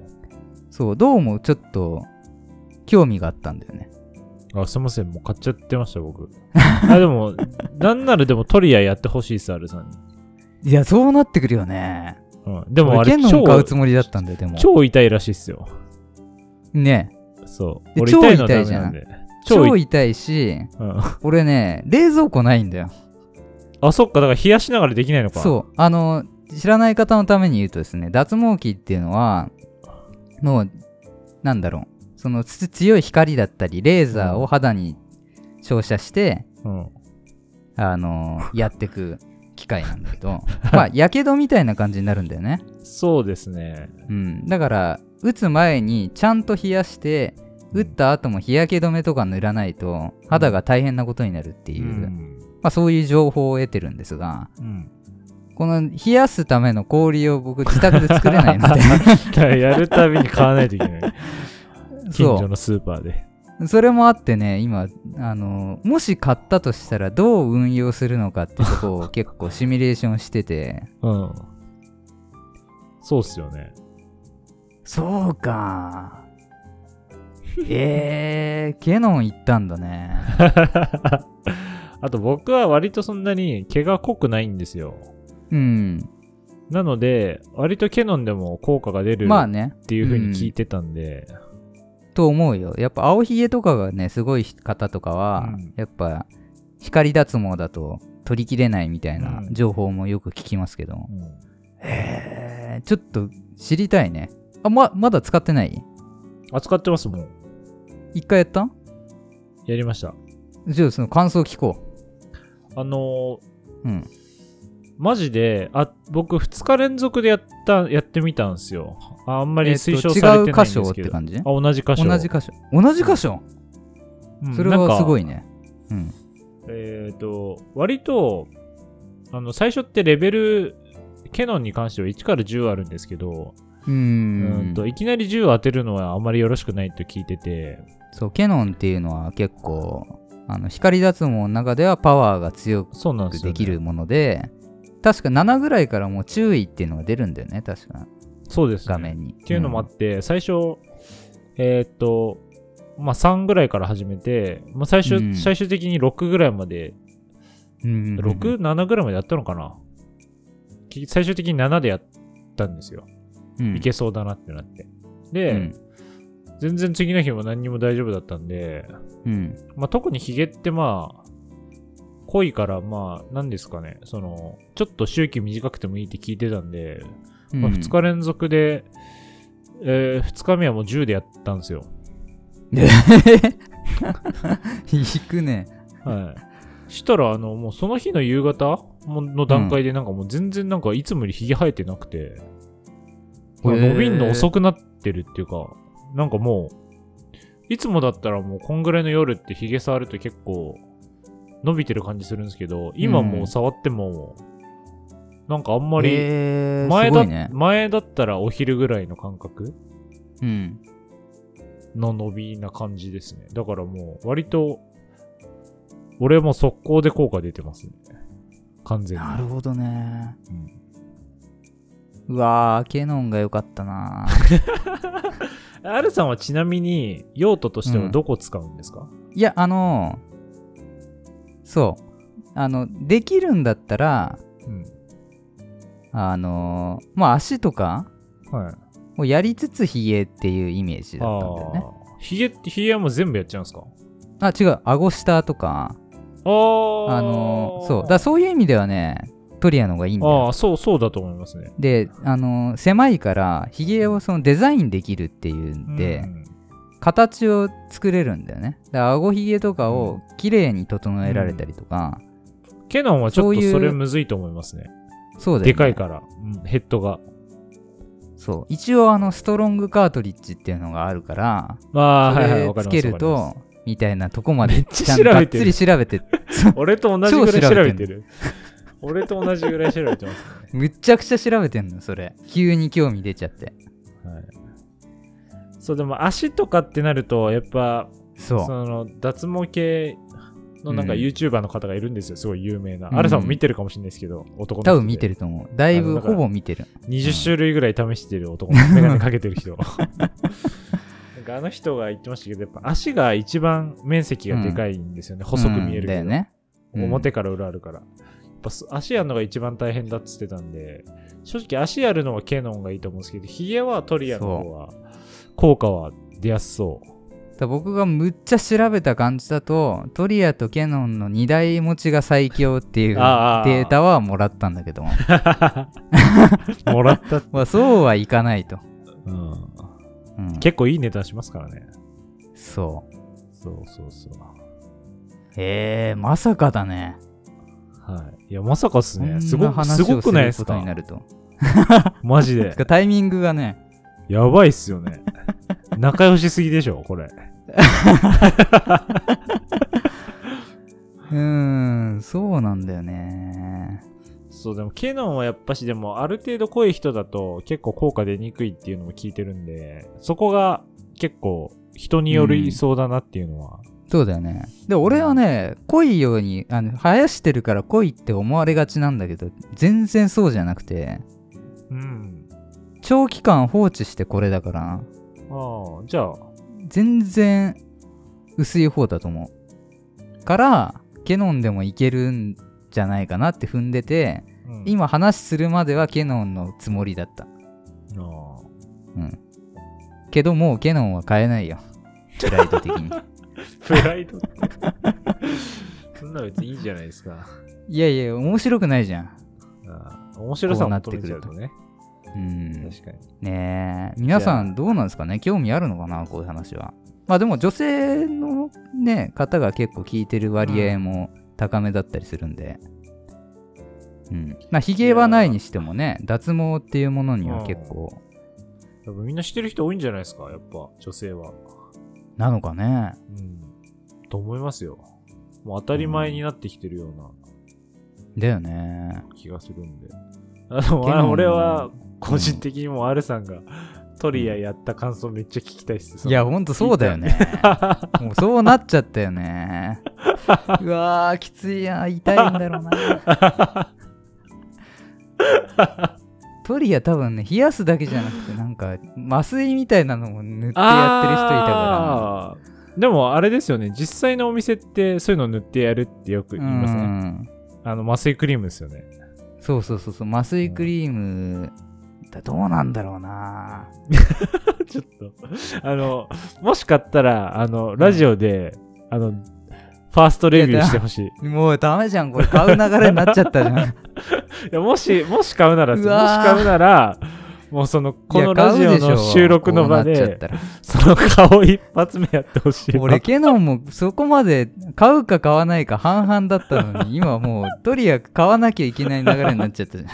どうもちょっと興味があったんだよね。 すいません、もう買っちゃってました、僕。でも、なんならでもトリアやってほしいっす、アルさんに。 いや、そうなってくるよね。 でもあれ、 ケノン買うつもりだったんだよ、でも。 超痛いらしいっすよ。 ね。 そう。 俺超痛いじゃん。超痛いし、俺ね、冷蔵庫ないんだよ。 そっか、だから冷やしながらできないのか。 そう。知らない方のために言うとですね、脱毛器っていうのは、もう、なんだろう。その強い光だったりレーザーを肌に照射して、やってく機械なんだけどまあやけどみたいな感じになるんだよね。 そうですね。 だから打つ前にちゃんと冷やして打った後も日焼け止めとか塗らないと肌が大変なことになるっていう、まあ、そういう情報を得てるんですが、この冷やすための氷を僕自宅で作れないのでやるたびに買わないといけない近所のスーパーで。 それもあってね、今、もし買ったとしたらどう運用するのかってとこを結構シミュレーションしてて。 そうっすよね。 そうか。ケノン行ったんだね。 あと僕は割とそんなに毛が濃くないんですよ。なので、割とケノンでも効果が出るっていう風に聞いてたんで。 と思うよ。やっぱ青ひげとかがねすごい方とかは、やっぱ光脱毛だと取りきれないみたいな情報もよく聞きますけど、ちょっと知りたいね。まだ使ってない？ 使ってますもん。 一回やった？ やりました。 じゃあその感想聞こう。マジで、僕2日連続でやってみたんですよ。あんまり推奨されてないんですけど。 違う箇所って感じ？ 同じ箇所。 同じ箇所？それはすごいね。 割と、最初ってレベル、ケノンに関しては1から10あるんですけど、いきなり10当てるのはあまりよろしくないと聞いてて。 そう、ケノンっていうのは結構、光脱毛の中ではパワーが強くできるもので、確か7ぐらいからもう注意っていうのが出るんだよね、確か。 そうですね。 画面に。 っていうのもあって、最初、まあ3ぐらいから始めて、まあ最終的に6ぐらいまで、6、7ぐらいまでやったのかな。最終的に7でやったんですよ。いけそうだなってなって。で、全然次の日も何にも大丈夫だったんで、まあ特にヒゲってまあ、濃いからまあ何ですかね、ちょっと周期短くてもいいって聞いてたんで、まあ、2日連続で、2日目はもう10でやったんですよ。 引くね。 はい。したらもうその日の夕方の段階でなんかもう全然なんかいつもよりヒゲ生えてなくて、伸びんの遅くなってるっていうか、なんかもういつもだったらもうこんぐらいの夜ってヒゲ触ると結構伸びてる感じするんですけど、今もう触ってもなんかあんまり前だったらお昼ぐらいの感覚の伸びな感じですね。だからもう割と俺も速攻で効果出てますね。完全に。 なるほどね。 うん、 うわー、ケノンが良かったな。 R さんはちなみに用途としてはどこ使うんですか？ いや、そう。できるんだったら、 うん、 まあ足とかはい。 をやりつつヒゲっていうイメージだったんだよね。 ヒゲはもう全部やっちゃうんですか？ あ、違う。顎下とか。そう。だからそういう意味ではね、トリアの方がいいんだよ。 そうだと思いますね。 で、狭いから、ヒゲをそのデザインできるっていうんで、形を作れるんだよね。だから顎ひげとかを綺麗に整えられたりとか。 ケノンはちょっとそれむずいと思いますね。 そうだよね。 でかいから、ヘッドが。 そう。一応ストロングカートリッジっていうのがあるから、それつけると、みたいなとこまでちゃんとがっつり調べて。 俺と同じぐらい調べてる。俺と同じぐらい調べてますね。 むっちゃくちゃ調べてんの、それ。急に興味出ちゃって。 はい。そう、でも足とかってなると、やっぱ、 その脱毛系のなんか YouTuber の方がいるんですよ、すごい有名な。R さんも見てるかもしれないですけど、男の人で。 多分見てると思う。だいぶほぼ見てる。 20種類ぐらい試してる男の人、メガネかけてる人。なんかあの人が言ってましたけど、やっぱ足が一番面積がでかいんですよね。細く見えるけど。 だよね。 表から裏あるから。やっぱ足やるのが一番大変だっつってたんで、正直足やるのはケノンがいいと思うんですけど、ヒゲはトリアの方が効果は出やすそう。 僕がむっちゃ調べた感じだと、トリアとケノンの2台持ちが最強っていうデータはもらったんだけど。 もらったまあそうはいかないと。 結構いい値段しますからね。 そう。 まさかだね。 はい。いや、まさかっすね。すごくないですか？ になるとマジで。 タイミングがね。 やばいっすよね。仲良しすぎでしょ、これ。 そうなんだよね。 そう、でもケノンはやっぱしでもある程度濃い人だと結構効果出にくいっていうのも聞いてるんで、そこが結構人によりそうだなっていうのは。 そうだよね。で、俺はね、濃いように生やしてるから濃いって思われがちなんだけど、全然そうじゃなくて、長期間放置してこれだから、 じゃあ全然薄い方だと思うからケノンでもいけるんじゃないかなって踏んでて、今話するまではケノンのつもりだった。けどもうケノンは買えないよ、プライド的に。 プライドってそんな別にいいじゃないですか。 いやいや、面白くないじゃん。 面白さを求めちゃうとね。確かにねえ、皆さんどうなんですかね、興味あるのかな、こういう話は。まあでも女性のね方が結構聞いてる割合も高めだったりするんで、まあヒゲはないにしてもね、脱毛っていうものには結構多分みんな知ってる人多いんじゃないですか、やっぱ女性は。 なのかね。 と思いますよ。もう当たり前になってきてるようなだよね気がするんで。俺は個人的にも R さんがトリアやった感想めっちゃ聞きたいっす。 いやほんとそうだよね。もうそうなっちゃったよね。うわーきついや、痛いんだろうな。トリア多分ね、冷やすだけじゃなくてなんか麻酔みたいなのも塗ってやってる人いたから。 でもあれですよね、実際のお店ってそういうの塗ってやるってよく言いますね。麻酔クリームですよね。 そう麻酔クリームどうなんだろうな。 ちょっともし買ったらラジオでファーストレビューしてほしい。 もうダメじゃん、これ買う流れになっちゃったじゃん。いやもし買うならもうこのラジオの収録の場でその顔一発目やってほしい。 俺ケノンもそこまで買うか買わないか半々だったのに、今もうトリア買わなきゃいけない流れになっちゃったじゃん。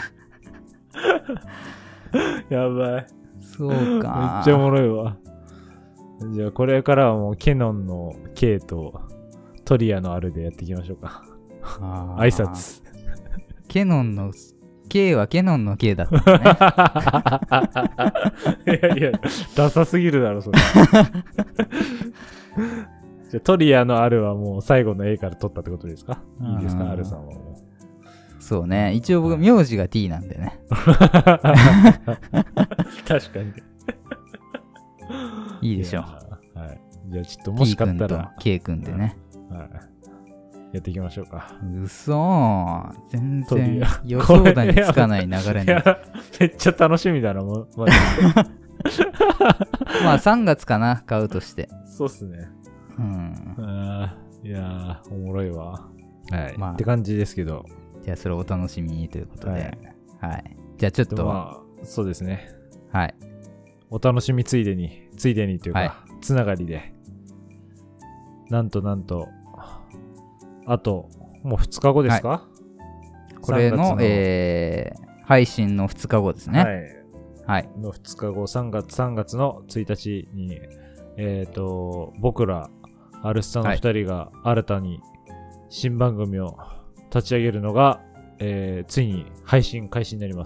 やばい。 そうか。 めっちゃおもろいわ。じゃあこれからはもうケノンの K とトリアの R でやっていきましょうか。挨拶。 ケノンの K はケノンの K だったんだね。いやいや、ダサすぎるだろ、それ。じゃあトリアのあるはもう最後の A から取ったってことですか？いいですか、あるさんはもう。 そうね。一応僕、名字が T なんでね。 確かに。 いいでしょう。 はい。じゃあちょっともしかったら。 T 君と K 君でね。 はい。やっていきましょうか。 嘘ー。全然予想だにつかない流れに。 めっちゃ楽しみだな、もう。まあ3月かな、買うとして。 そうっすね。 うん。 いやー、おもろいわ。はい。 まあ、 って感じですけど。 じゃあそれをお楽しみにということで。はい。じゃあちょっと。 まあ、そうですね。 はい。 お楽しみついでにというか、はい、つながりで。なんと、あと、もう2日後ですか？はい、 これの、配信の2日後ですね。 はい。の2日後、3月の1日に、僕ら、アルスタの2人が新たに新番組を立ち上げるのが、ついに配信開始になります。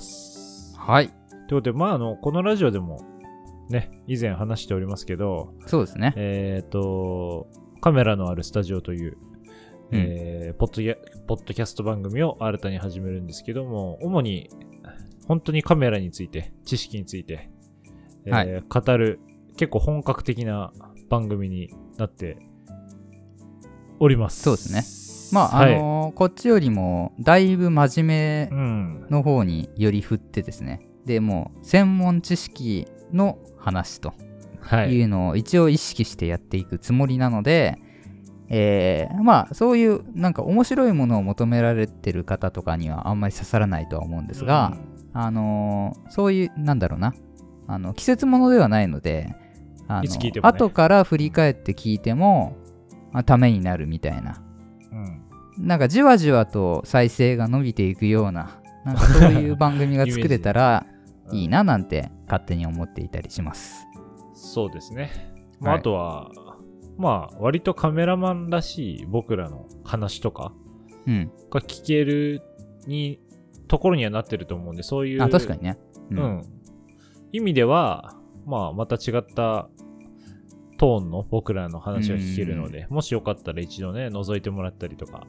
はい。 ということで、まあ、このラジオでもね、以前話しておりますけど、 そうですね。 カメラのあるスタジオという、ポッドキャスト番組を新たに始めるんですけども、主に本当にカメラについて、知識について、語る結構本格的な番組になっております。 そうですね。まあ、こっちよりもだいぶ真面目の方により振ってですね、でもう専門知識の話というのを一応意識してやっていくつもりなので、まあそういうなんか面白いものを求められてる方とかにはあんまり刺さらないとは思うんですが、そういうなんだろうな、季節ものではないので、 いつ聞いてもね、 後から振り返って聞いても、ためになるみたいな、なんかじわじわと再生が伸びていくような、なんかそういう番組が作れたらいいななんて勝手に思っていたりします。 そうですね。まあ、あとはまあ割とカメラマンらしい僕らの話とかが聞けるところにはなってると思うんで、そういう確かにね、 意味ではまあまた違ったトーンの僕らの話が聞けるので、もしよかったら一度ね覗いてもらったりとか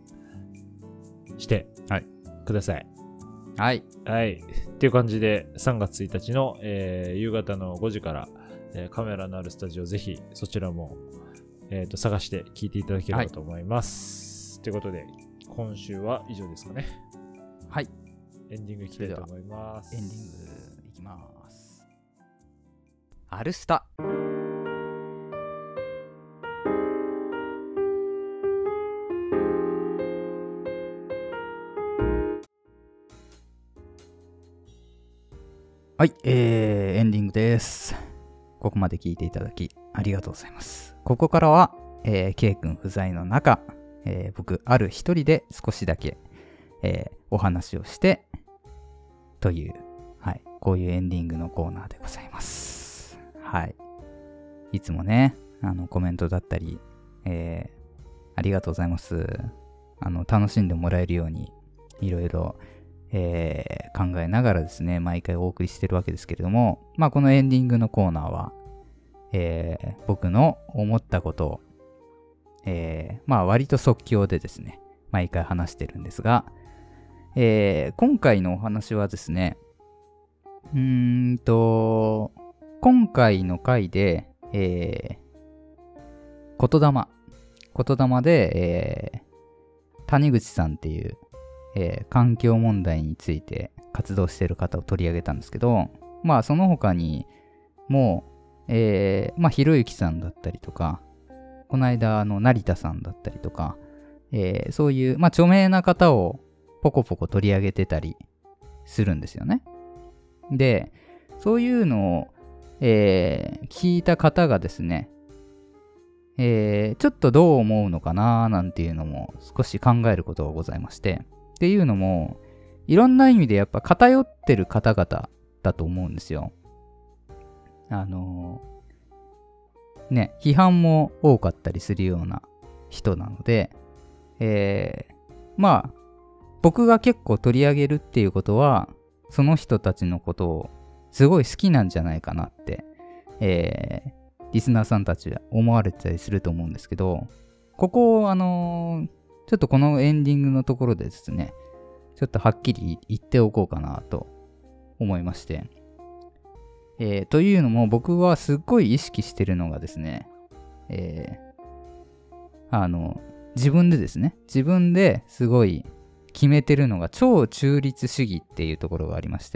してください。はい。っていう感じで3月1日の、夕方の5時から、カメラのあるスタジオ、ぜひそちらも、探して聞いていただければと思います。ということで今週は以上ですかね。はい。エンディングいきたいと思います。 エンディングいきます。アルスタ。はい、エンディングです。ここまで聞いていただきありがとうございます。ここからは、K 君不在の中、僕ある一人で少しだけ、お話をしてという、はい、こういうエンディングのコーナーでございます。はい。いつもね、コメントだったり、ありがとうございます。楽しんでもらえるようにいろいろ考えながらですね、毎回お送りしてるわけですけれども、まあこのエンディングのコーナーは、僕の思ったことを、まあ割と即興でですね、毎回話してるんですが、今回のお話はですね、今回の回で、言霊で、谷口さんっていう、環境問題について活動している方を取り上げたんですけど、まあその他にもまあひろゆきさんだったりとか、この間成田さんだったりとか、そういうまあ著名な方をポコポコ取り上げてたりするんですよね。で、そういうのを、聞いた方がですね、ちょっとどう思うのかななんていうのも少し考えることがございまして、っていうのもいろんな意味でやっぱ偏ってる方々だと思うんですよ。ね、批判も多かったりするような人なので、まあ僕が結構取り上げるっていうことは、その人たちのことをすごい好きなんじゃないかなって、リスナーさんたちは思われてたりすると思うんですけど、ここをちょっとこのエンディングのところでですね、ちょっとはっきり言っておこうかなと思いまして、というのも僕はすっごい意識してるのがですね、自分ですごい決めてるのが超中立主義っていうところがありまして、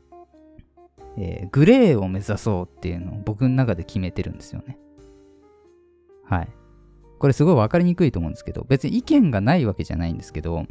グレーを目指そうっていうのを僕の中で決めてるんですよね。はい。これすごい分かりにくいと思うんですけど、別に意見がないわけじゃないんですけど、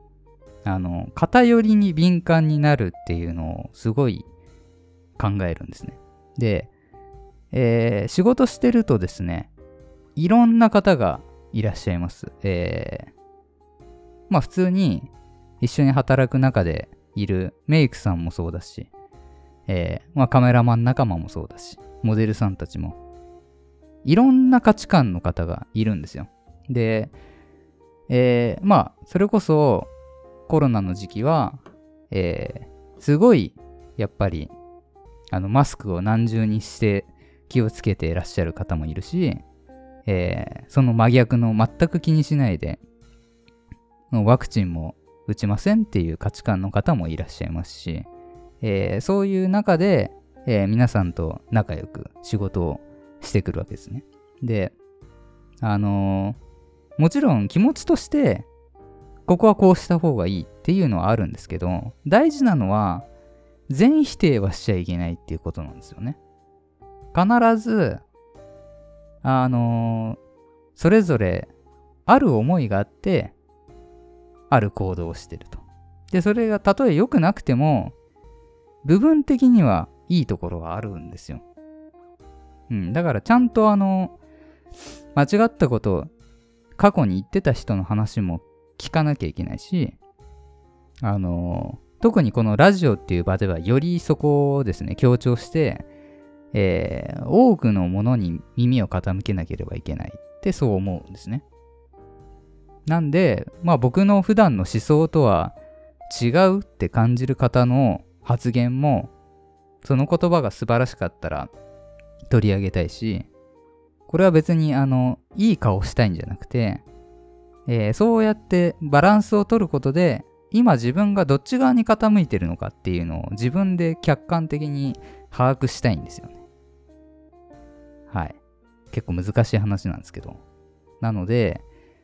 偏りに敏感になるっていうのをすごい考えるんですね。で、仕事してるとですね、いろんな方がいらっしゃいます。まあ普通に一緒に働く中でいるメイクさんもそうだし、まあカメラマン仲間もそうだし、モデルさんたちも、いろんな価値観の方がいるんですよ。で、まあそれこそコロナの時期は、すごいやっぱりマスクを何重にして気をつけていらっしゃる方もいるし、その真逆の全く気にしないでワクチンも打ちませんっていう価値観の方もいらっしゃいますし、そういう中で、皆さんと仲良く仕事をしてくるわけですね。で、もちろん気持ちとしてここはこうした方がいいっていうのはあるんですけど、大事なのは全否定はしちゃいけないっていうことなんですよね。必ずそれぞれある思いがあってある行動をしてると。で、それがたとえ良くなくても部分的にはいいところがあるんですよ。だからちゃんと間違ったことを過去に言ってた人の話も聞かなきゃいけないし、特にこのラジオっていう場ではよりそこをですね強調して、多くのものに耳を傾けなければいけないってそう思うんですね。なんでまあ僕の普段の思想とは違うって感じる方の発言も、その言葉が素晴らしかったら取り上げたいし、これは別にいい顔したいんじゃなくて、そうやってバランスを取ることで今自分がどっち側に傾いてるのかっていうのを自分で客観的に把握したいんですよね。はい。結構難しい話なんですけど。なので、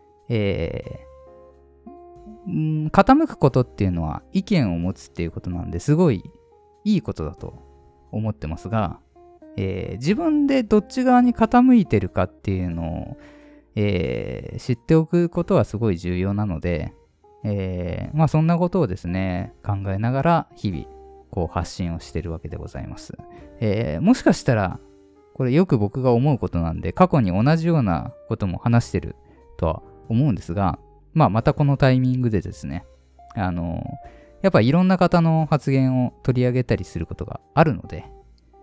傾くことっていうのは意見を持つっていうことなんですごいいいことだと思ってますが、自分でどっち側に傾いてるかっていうのを、知っておくことはすごい重要なので、まあそんなことをですね考えながら日々こう発信をしているわけでございます。もしかしたらこれよく僕が思うことなんで過去に同じようなことも話してるとは思うんですが、まあまたこのタイミングでですねやっぱいろんな方の発言を取り上げたりすることがあるので、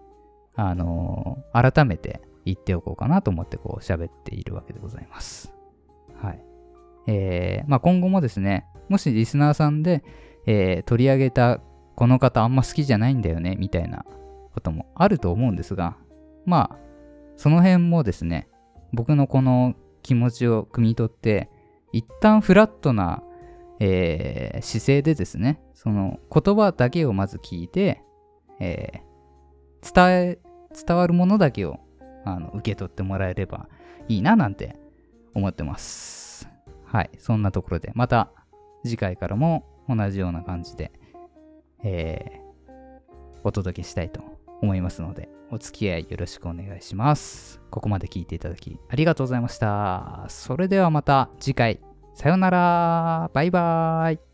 改めて言っておこうかなと思ってこう喋っているわけでございます。はい。まあ今後もですね、もしリスナーさんで、取り上げたこの方あんま好きじゃないんだよねみたいなこともあると思うんですが、まあその辺もですね、僕のこの気持ちを汲み取って一旦フラットな、姿勢でですね、その言葉だけをまず聞いて、伝わるものだけを受け取ってもらえればいいななんて思ってます。はい、そんなところでまた次回からも同じような感じで、お届けしたいと思いますので、お付き合いよろしくお願いします。ここまで聞いていただきありがとうございました。それではまた次回。さよなら。バイバーイ。